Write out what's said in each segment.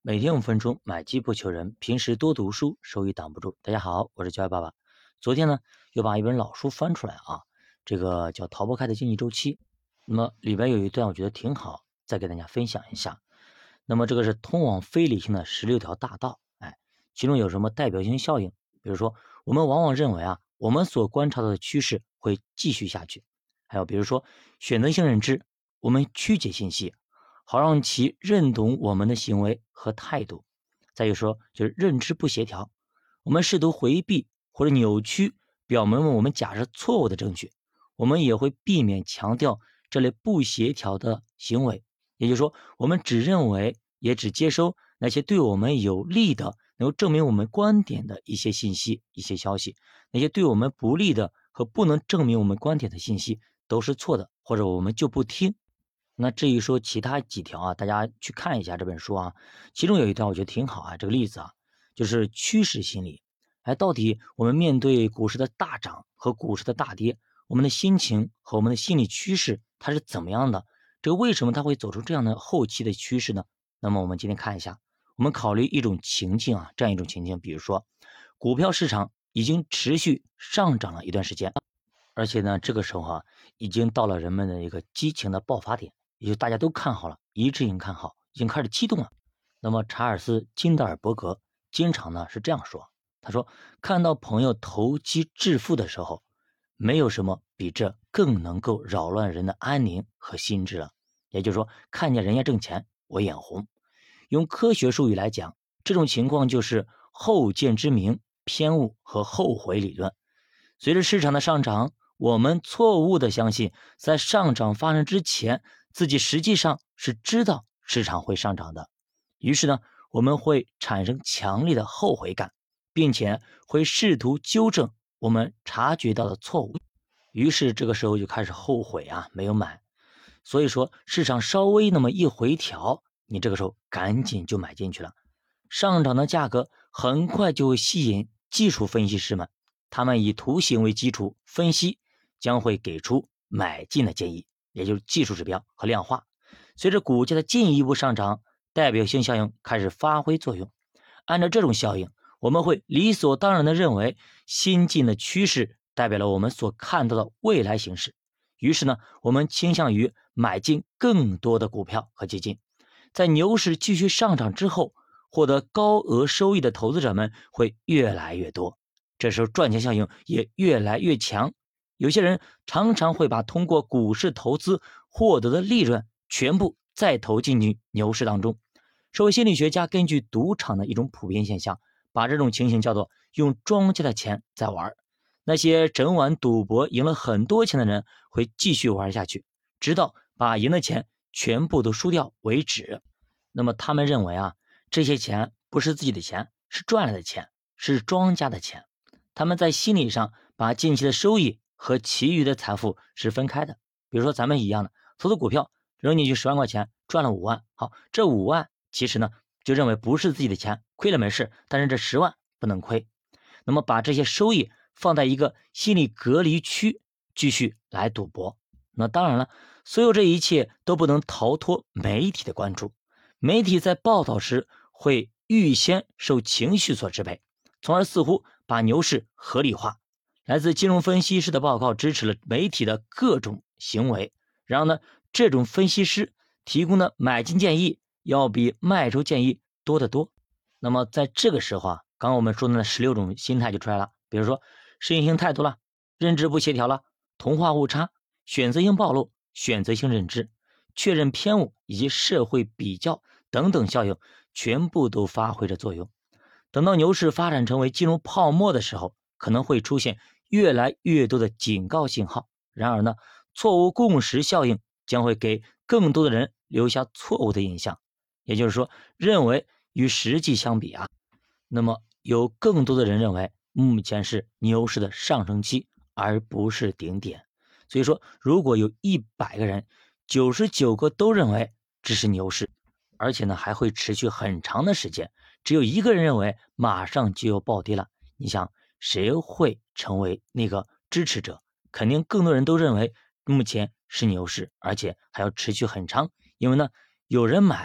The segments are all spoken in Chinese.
每天5分钟，买基不求人。平时多读书，收益挡不住。大家好，我是教育爸爸。昨天呢，又把一本老书翻出来啊，这个叫《逃不开的经济周期》。那么里边有一段我觉得挺好，再给大家分享一下。那么这个是通往非理性的16条大道，其中有什么代表性效应？比如说，我们往往认为我们所观察到的趋势会继续下去。还有比如说，选择性认知，我们曲解信息，好让其认同我们的行为和态度。再有说，就是认知不协调，我们试图回避或者扭曲表明我们假设错误的证据，我们也会避免强调这类不协调的行为。也就是说，我们只认为也只接收那些对我们有利的、能够证明我们观点的一些信息、一些消息，那些对我们不利的和不能证明我们观点的信息都是错的，或者我们就不听。那至于说其他几条大家去看一下这本书其中有一条我觉得挺好这个例子就是趋势心理。到底我们面对股市的大涨和股市的大跌，我们的心情和我们的心理趋势它是怎么样的？这个为什么它会走出这样的后期的趋势呢？那么我们今天看一下，我们考虑一种情境这样一种情境，比如说股票市场已经持续上涨了一段时间，而且呢，这个时候已经到了人们的一个激情的爆发点，也就大家都看好了，一致性看好，已经开始激动了。那么查尔斯·金德尔伯格经常呢是这样说，他说：看到朋友投机致富的时候，没有什么比这更能够扰乱人的安宁和心智了。也就是说，看见人家挣钱，我眼红。用科学术语来讲，这种情况就是后见之明、偏误和后悔理论。随着市场的上涨，我们错误地相信，在上涨发生之前，自己实际上是知道市场会上涨的。于是呢，我们会产生强烈的后悔感，并且会试图纠正我们察觉到的错误。于是这个时候就开始后悔没有买。所以说，市场稍微那么一回调，你这个时候赶紧就买进去了。上涨的价格很快就会吸引技术分析师们，他们以图形为基础分析，将会给出买进的建议，也就是技术指标和量化。随着股价的进一步上涨，代表性效应开始发挥作用。按照这种效应，我们会理所当然地认为新进的趋势代表了我们所看到的未来形势。于是呢，我们倾向于买进更多的股票和基金。在牛市继续上涨之后，获得高额收益的投资者们会越来越多，这时候赚钱效应也越来越强。有些人常常会把通过股市投资获得的利润全部再投进去牛市当中。社会心理学家根据赌场的一种普遍现象，把这种情形叫做用庄家的钱在玩。那些整晚赌博赢了很多钱的人会继续玩下去，直到把赢的钱全部都输掉为止。那么他们认为这些钱不是自己的钱，是赚来的钱，是庄家的钱。他们在心理上把近期的收益和其余的财富是分开的。比如说咱们一样的投资股票，扔进去10万块钱，赚了5万，好，这5万其实呢就认为不是自己的钱，亏了没事，但是这10万不能亏。那么把这些收益放在一个心理隔离区，继续来赌博。那当然了，所有这一切都不能逃脱媒体的关注。媒体在报道时会预先受情绪所支配，从而似乎把牛市合理化。来自金融分析师的报告支持了媒体的各种行为，然后呢，这种分析师提供的买进建议要比卖出建议多得多。那么在这个时候刚刚我们说的那16种心态就出来了，比如说适应性态度了，认知不协调了，同化误差，选择性暴露，选择性认知，确认偏误以及社会比较等等效应全部都发挥着作用。等到牛市发展成为金融泡沫的时候，可能会出现越来越多的警告信号。然而呢，错误共识效应将会给更多的人留下错误的印象，也就是说，认为与实际相比那么有更多的人认为目前是牛市的上升期，而不是顶点。所以说，如果有100个人，99个都认为这是牛市，而且呢还会持续很长的时间，只有1个人认为马上就要暴跌了，你想谁会成为那个支持者？肯定更多人都认为目前是牛市，而且还要持续很长，因为呢有人买，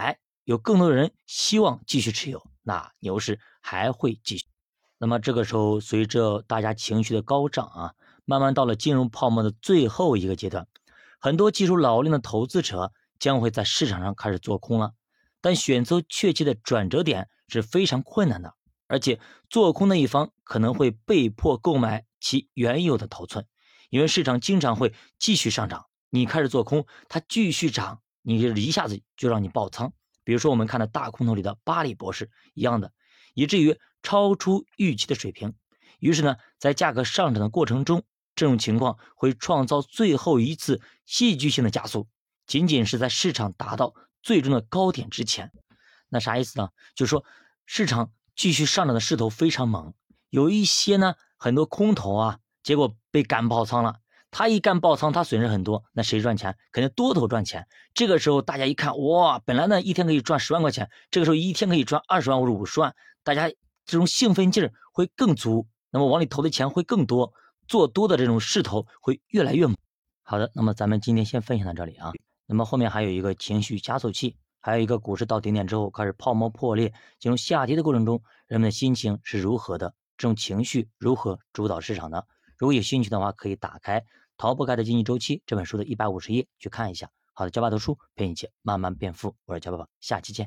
有更多的人希望继续持有，那牛市还会继续。那么这个时候，随着大家情绪的高涨啊，慢慢到了金融泡沫的最后一个阶段，很多技术老练的投资者将会在市场上开始做空了。但选择确切的转折点是非常困难的，而且做空的一方可能会被迫购买其原有的头寸，因为市场经常会继续上涨，你开始做空，它继续涨，你一下子就让你爆仓。比如说我们看的大空头里的巴里博士一样的，以至于超出预期的水平。于是呢，在价格上涨的过程中，这种情况会创造最后一次戏剧性的加速，仅仅是在市场达到最终的高点之前。那啥意思呢？就是说市场继续上涨的势头非常猛，有一些呢很多空头啊，结果被干爆仓了。他一干爆仓，他损失很多，那谁赚钱？肯定多头赚钱。这个时候大家一看，哇，本来呢一天可以赚10万块钱，这个时候一天可以赚20万或者50万，大家这种兴奋劲儿会更足，那么往里投的钱会更多，做多的这种势头会越来越猛。好的，那么咱们今天先分享到这里啊。那么后面还有一个情绪加速器，还有一个股市到顶点之后开始泡沫破裂，进入下跌的过程中，人们的心情是如何的？这种情绪如何主导市场的？如果有兴趣的话，可以打开《逃不开的经济周期》这本书的150页去看一下。好的，教爸读书陪你一起慢慢变富，我是教爸爸，下期见。